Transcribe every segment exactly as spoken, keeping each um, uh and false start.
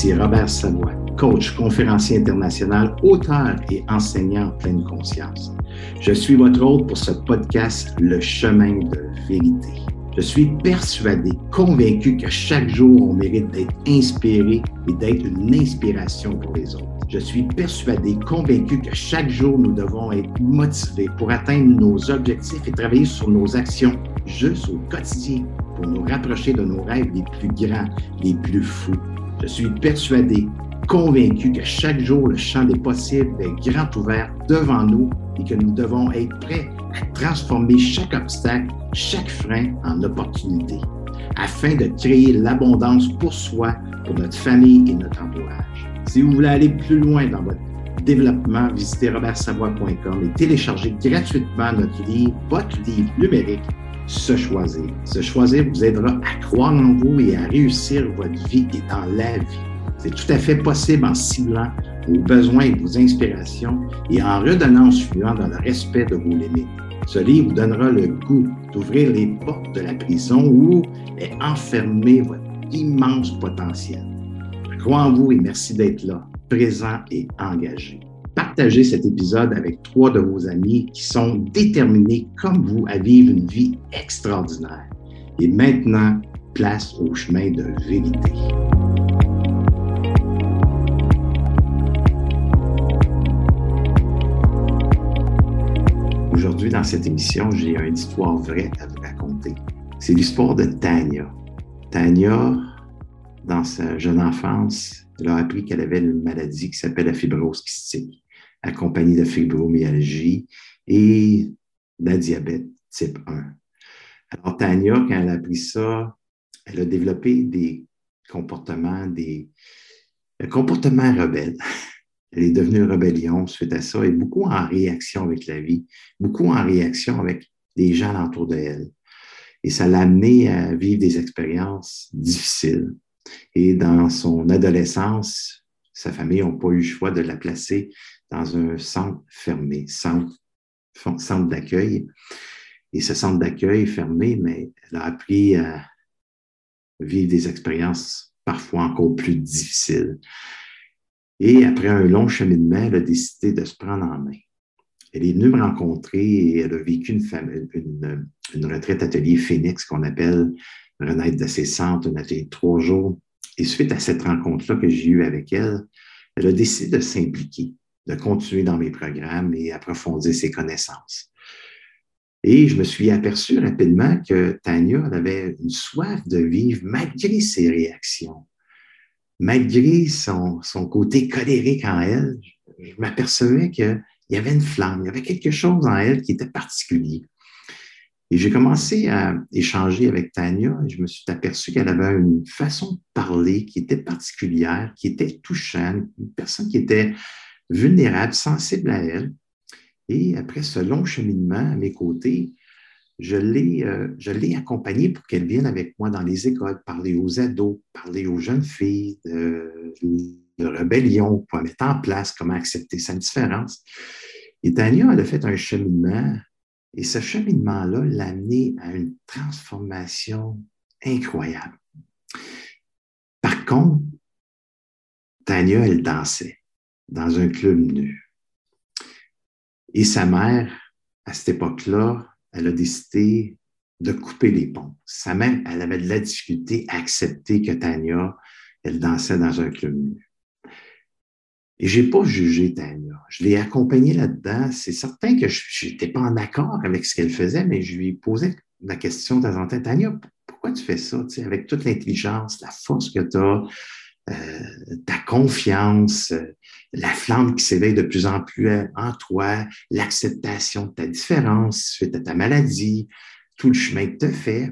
Ici Robert Savoie, coach, conférencier international, auteur et enseignant en pleine conscience. Je suis votre hôte pour ce podcast, Le chemin de vérité. Je suis persuadé, convaincu que chaque jour, on mérite d'être inspiré et d'être une inspiration pour les autres. Je suis persuadé, convaincu que chaque jour, nous devons être motivés pour atteindre nos objectifs et travailler sur nos actions juste au quotidien pour nous rapprocher de nos rêves les plus grands, les plus fous. Je suis persuadé, convaincu que chaque jour, le champ des possibles est grand ouvert devant nous et que nous devons être prêts à transformer chaque obstacle, chaque frein en opportunité, afin de créer l'abondance pour soi, pour notre famille et notre entourage. Si vous voulez aller plus loin dans votre développement, visitez robert savoie point com et téléchargez gratuitement notre livre, votre livre numérique, Se choisir. Se choisir vous aidera à croire en vous et à réussir votre vie et dans la vie. C'est tout à fait possible en ciblant vos besoins et vos inspirations et en redonnant aux suivants dans le respect de vos limites. Ce livre vous donnera le goût d'ouvrir les portes de la prison où est enfermé votre immense potentiel. Je crois en vous et merci d'être là, présent et engagé. Partagez cet épisode avec trois de vos amis qui sont déterminés comme vous à vivre une vie extraordinaire. Et maintenant, place au chemin de vérité. Aujourd'hui, dans cette émission, j'ai une histoire vraie à vous raconter. C'est l'histoire de Tania. Tania, dans sa jeune enfance, elle a appris qu'elle avait une maladie qui s'appelle la fibrose kystique, accompagnée de fibromyalgie et de la diabète type un. Alors, Tania, quand elle a appris ça, elle a développé des comportements, des comportements rebelles. Elle est devenue rébellion suite à ça et beaucoup en réaction avec la vie, beaucoup en réaction avec les gens alentour d'elle. Et ça l'a amenée à vivre des expériences difficiles. Et dans son adolescence, sa famille n'a pas eu le choix de la placer dans un centre fermé, centre, centre d'accueil. Et ce centre d'accueil fermé, mais elle a appris à vivre des expériences parfois encore plus difficiles. Et après un long cheminement, elle a décidé de se prendre en main. Elle est venue me rencontrer et elle a vécu une, fam- une, une retraite atelier Phoenix qu'on appelle Renaître de ses cendres, un atelier de trois jours. Et suite à cette rencontre-là que j'ai eue avec elle, elle a décidé de s'impliquer, de continuer dans mes programmes et approfondir ses connaissances. Et je me suis aperçu rapidement que Tania elle avait une soif de vivre malgré ses réactions, malgré son, son côté colérique en elle. Je m'apercevais qu'il y avait une flamme, il y avait quelque chose en elle qui était particulier. Et j'ai commencé à échanger avec Tania et je me suis aperçu qu'elle avait une façon de parler qui était particulière, qui était touchante, une personne qui était vulnérable, sensible à elle. Et après ce long cheminement à mes côtés, je l'ai, euh, je l'ai accompagnée pour qu'elle vienne avec moi dans les écoles, parler aux ados, parler aux jeunes filles de, de rébellion, pour mettre en place comment accepter sa différence. Et Tania, elle a fait un cheminement. Et ce cheminement-là l'a amené à une transformation incroyable. Par contre, Tania, elle dansait dans un club nu. Et sa mère, à cette époque-là, elle a décidé de couper les ponts. Sa mère, elle avait de la difficulté à accepter que Tania, elle dansait dans un club nu. Et je n'ai pas jugé Tania. Je l'ai accompagnée là-dedans. C'est certain que je n'étais pas en accord avec ce qu'elle faisait, mais je lui ai posé la question de temps en temps, Tania, pourquoi tu fais ça? Tu sais, avec toute l'intelligence, la force que tu as, euh, ta confiance, euh, la flamme qui s'éveille de plus en plus en toi, l'acceptation de ta différence suite à ta maladie, tout le chemin que tu as fait.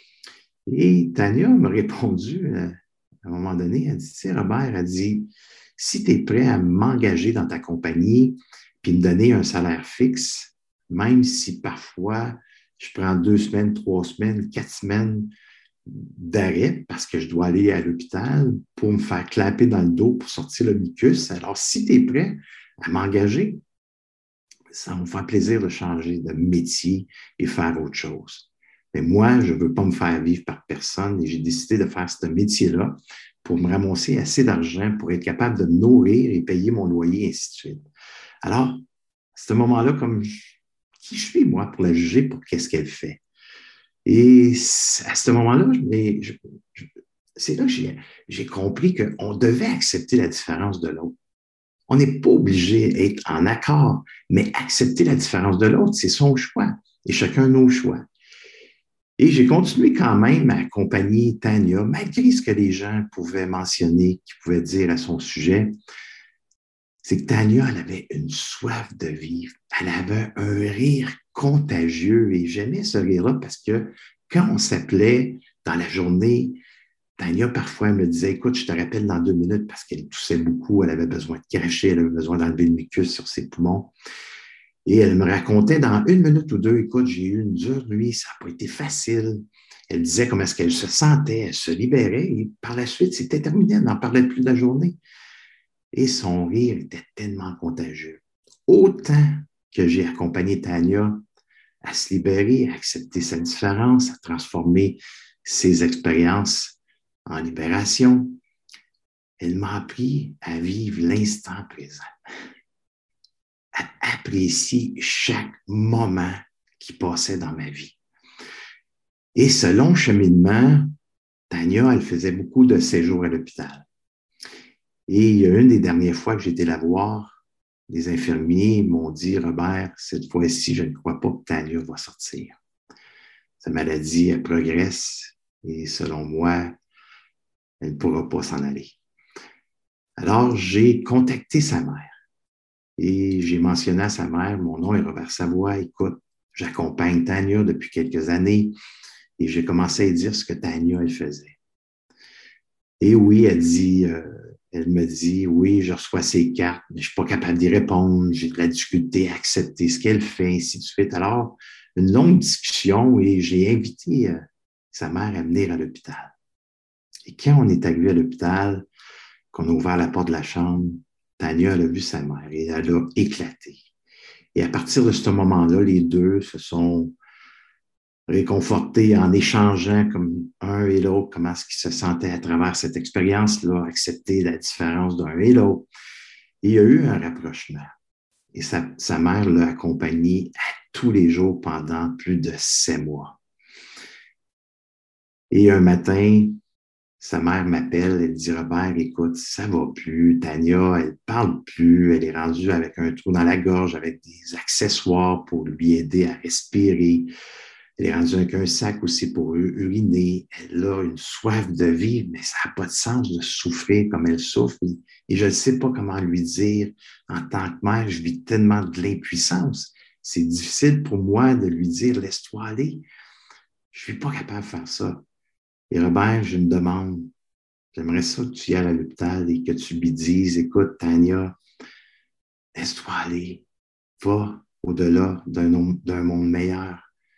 Et Tania m'a répondu, euh, à un moment donné, elle dit, tu sais, Robert, elle dit, si tu es prêt à m'engager dans ta compagnie puis me donner un salaire fixe, même si parfois je prends deux semaines, trois semaines, quatre semaines d'arrêt parce que je dois aller à l'hôpital pour me faire clapper dans le dos pour sortir le mucus. Alors, si tu es prêt à m'engager, ça va me faire plaisir de changer de métier et faire autre chose. Mais moi, je ne veux pas me faire vivre par personne et j'ai décidé de faire ce métier-là pour me ramasser assez d'argent pour être capable de me nourrir et payer mon loyer, et ainsi de suite. Alors, à ce moment-là, comme je, qui je suis, moi, pour la juger pour qu'est-ce qu'elle fait? Et à ce moment-là, je, je, c'est là que j'ai, j'ai compris qu'on devait accepter la différence de l'autre. On n'est pas obligé d'être en accord, mais accepter la différence de l'autre, c'est son choix. Et chacun nos choix. Et j'ai continué quand même à accompagner Tania, malgré ce que les gens pouvaient mentionner, qu'ils pouvaient dire à son sujet. C'est que Tania, elle avait une soif de vivre. Elle avait un rire contagieux. Et j'aimais ce rire-là parce que quand on s'appelait dans la journée, Tania, parfois, elle me disait, écoute, je te rappelle dans deux minutes parce qu'elle toussait beaucoup, elle avait besoin de cracher, elle avait besoin d'enlever le mucus sur ses poumons. Et elle me racontait dans une minute ou deux, écoute, j'ai eu une dure nuit, ça n'a pas été facile. Elle disait comment est-ce qu'elle se sentait, elle se libérait et par la suite, c'était terminé, elle n'en parlait plus de la journée. Et son rire était tellement contagieux. Autant que j'ai accompagné Tania à se libérer, à accepter sa différence, à transformer ses expériences en libération, elle m'a appris à vivre l'instant présent, à apprécier chaque moment qui passait dans ma vie. Et ce long cheminement, Tania, elle faisait beaucoup de séjours à l'hôpital. Et il y a une des dernières fois que j'étais la voir, les infirmiers m'ont dit, Robert, cette fois-ci, je ne crois pas que Tania va sortir. Sa maladie, elle progresse et selon moi, elle ne pourra pas s'en aller. Alors, j'ai contacté sa mère et j'ai mentionné à sa mère, mon nom est Robert Savoie, écoute, j'accompagne Tania depuis quelques années et j'ai commencé à dire ce que Tania, elle faisait. Et oui, elle dit, euh, elle me dit, oui, je reçois ses cartes, mais je ne suis pas capable d'y répondre, j'ai de la difficulté à accepter ce qu'elle fait, ainsi de suite. Alors, une longue discussion et j'ai invité euh, sa mère à venir à l'hôpital. Et quand on est arrivé à l'hôpital, qu'on a ouvert la porte de la chambre, Tania, elle a vu sa mère et elle a éclaté. Et à partir de ce moment-là, les deux se sont réconfortés en échangeant comme un et l'autre, comment est-ce qu'ils se sentaient à travers cette expérience-là, accepter la différence d'un et l'autre. Et il y a eu un rapprochement. Et sa, sa mère l'a accompagné à tous les jours pendant plus de sept mois. Et un matin, sa mère m'appelle, elle dit, Robert, écoute, ça va plus. Tania, elle parle plus. Elle est rendue avec un trou dans la gorge, avec des accessoires pour lui aider à respirer. Elle est rendue avec un sac aussi pour uriner. Elle a une soif de vivre, mais ça n'a pas de sens de souffrir comme elle souffre. Et je ne sais pas comment lui dire. En tant que mère, je vis tellement de l'impuissance. C'est difficile pour moi de lui dire, laisse-toi aller. Je ne suis pas capable de faire ça. Et Robert, j'ai une demande. J'aimerais ça que tu y ailles à l'hôpital et que tu lui dises, écoute, Tania, laisse-toi aller. Va au-delà d'un, d'un monde meilleur.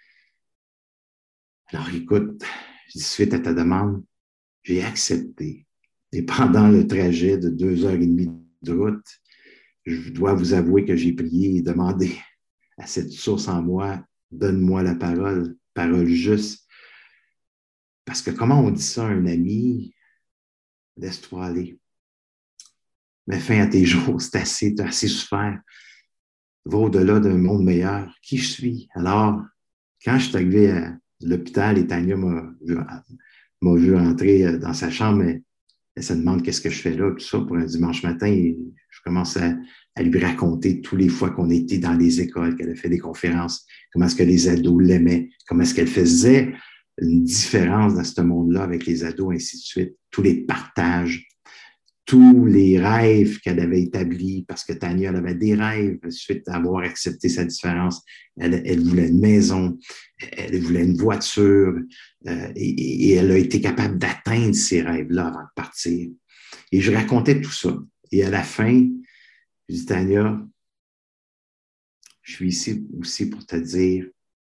Alors, écoute, suite à ta demande, j'ai accepté. Et pendant le trajet de deux heures et demie de route, je dois vous avouer que j'ai prié et demandé à cette source en moi, donne-moi la parole, parole juste. Parce que comment on dit ça à un ami? Laisse-toi aller. Mets fin à tes jours, c'est assez, tu as assez souffert. Va au-delà d'un monde meilleur. Qui je suis? Alors, quand je suis arrivé à l'hôpital et Tania m'a vu, m'a vu rentrer dans sa chambre, elle, elle se demande qu'est-ce que je fais là, tout ça, pour un dimanche matin. Et je commence à, à lui raconter tous les fois qu'on était dans les écoles, qu'elle a fait des conférences, comment est-ce que les ados l'aimaient, comment est-ce qu'elle faisait une différence dans ce monde-là avec les ados, ainsi de suite. Tous les partages, tous les rêves qu'elle avait établis, parce que Tania, elle avait des rêves suite à avoir accepté sa différence. Elle, elle voulait une maison, elle voulait une voiture, euh, et, et elle a été capable d'atteindre ces rêves-là avant de partir. Et je racontais tout ça. Et à la fin, je dis, Tania, je suis ici aussi pour te dire,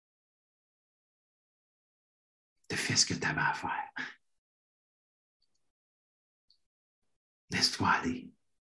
tu as fait ce que tu avais à faire. Laisse-toi aller.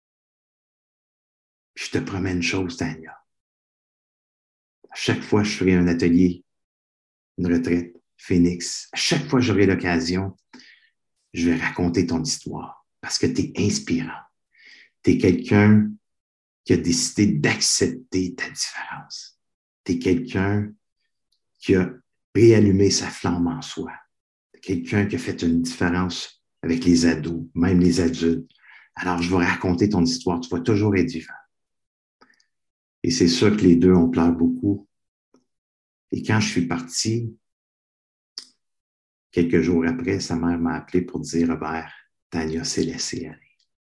Je te promets une chose, Tania. À chaque fois que je ferai un atelier, une retraite, Phoenix, à chaque fois que j'aurai l'occasion, je vais raconter ton histoire parce que tu es inspirant. Tu es quelqu'un qui a décidé d'accepter ta différence. Tu es quelqu'un qui a réallumé sa flamme en soi. Tu es quelqu'un qui a fait une différence avec les ados, même les adultes. Alors, je vais raconter ton histoire. Tu vas toujours être vivant. Et c'est ça que les deux, on pleure beaucoup. Et quand je suis parti, quelques jours après, sa mère m'a appelé pour dire, Robert, Tania s'est laissée aller.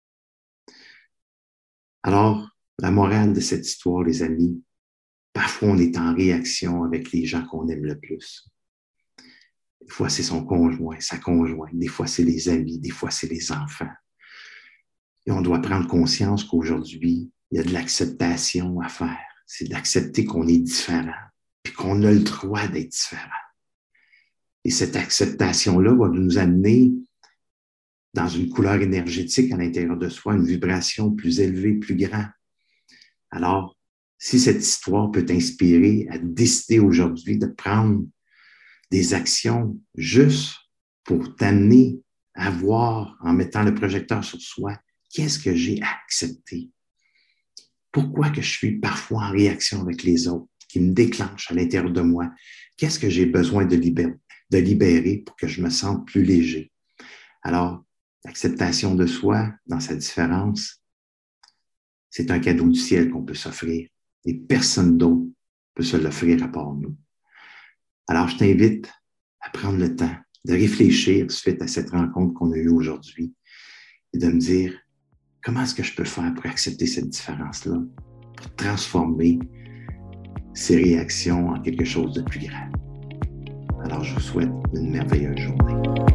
Alors, la morale de cette histoire, les amis, parfois on est en réaction avec les gens qu'on aime le plus. Des fois, c'est son conjoint, sa conjointe. Des fois, c'est les amis. Des fois, c'est les enfants. Et on doit prendre conscience qu'aujourd'hui, il y a de l'acceptation à faire. C'est d'accepter qu'on est différent, puis qu'on a le droit d'être différent. Et cette acceptation-là va nous amener dans une couleur énergétique à l'intérieur de soi, une vibration plus élevée, plus grande. Alors, si cette histoire peut t'inspirer à décider aujourd'hui de prendre des actions juste pour t'amener à voir, en mettant le projecteur sur soi, qu'est-ce que j'ai accepté? Pourquoi que je suis parfois en réaction avec les autres, qui me déclenchent à l'intérieur de moi? Qu'est-ce que j'ai besoin de libérer, de libérer pour que je me sente plus léger? Alors, l'acceptation de soi dans sa différence, c'est un cadeau du ciel qu'on peut s'offrir et personne d'autre peut se l'offrir à part nous. Alors, je t'invite à prendre le temps de réfléchir suite à cette rencontre qu'on a eue aujourd'hui et de me dire comment est-ce que je peux faire pour accepter cette différence-là, pour transformer ces réactions en quelque chose de plus grand. Alors, je vous souhaite une merveilleuse journée.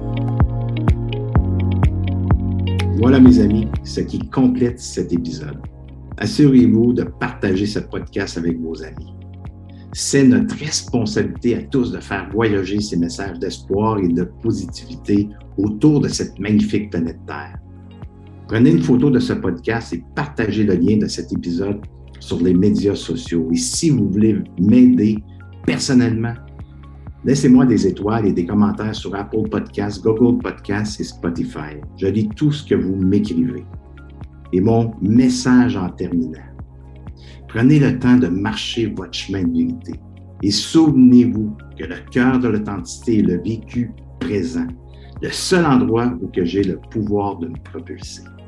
Voilà, mes amis, ce qui complète cet épisode. Assurez-vous de partager ce podcast avec vos amis. C'est notre responsabilité à tous de faire voyager ces messages d'espoir et de positivité autour de cette magnifique planète Terre. Prenez une photo de ce podcast et partagez le lien de cet épisode sur les médias sociaux. Et si vous voulez m'aider personnellement, laissez-moi des étoiles et des commentaires sur Apple Podcasts, Google Podcasts et Spotify. Je lis tout ce que vous m'écrivez. Et mon message en terminant. Prenez le temps de marcher votre chemin de vérité et souvenez-vous que le cœur de l'authenticité est le vécu présent, le seul endroit où que j'ai le pouvoir de me propulser.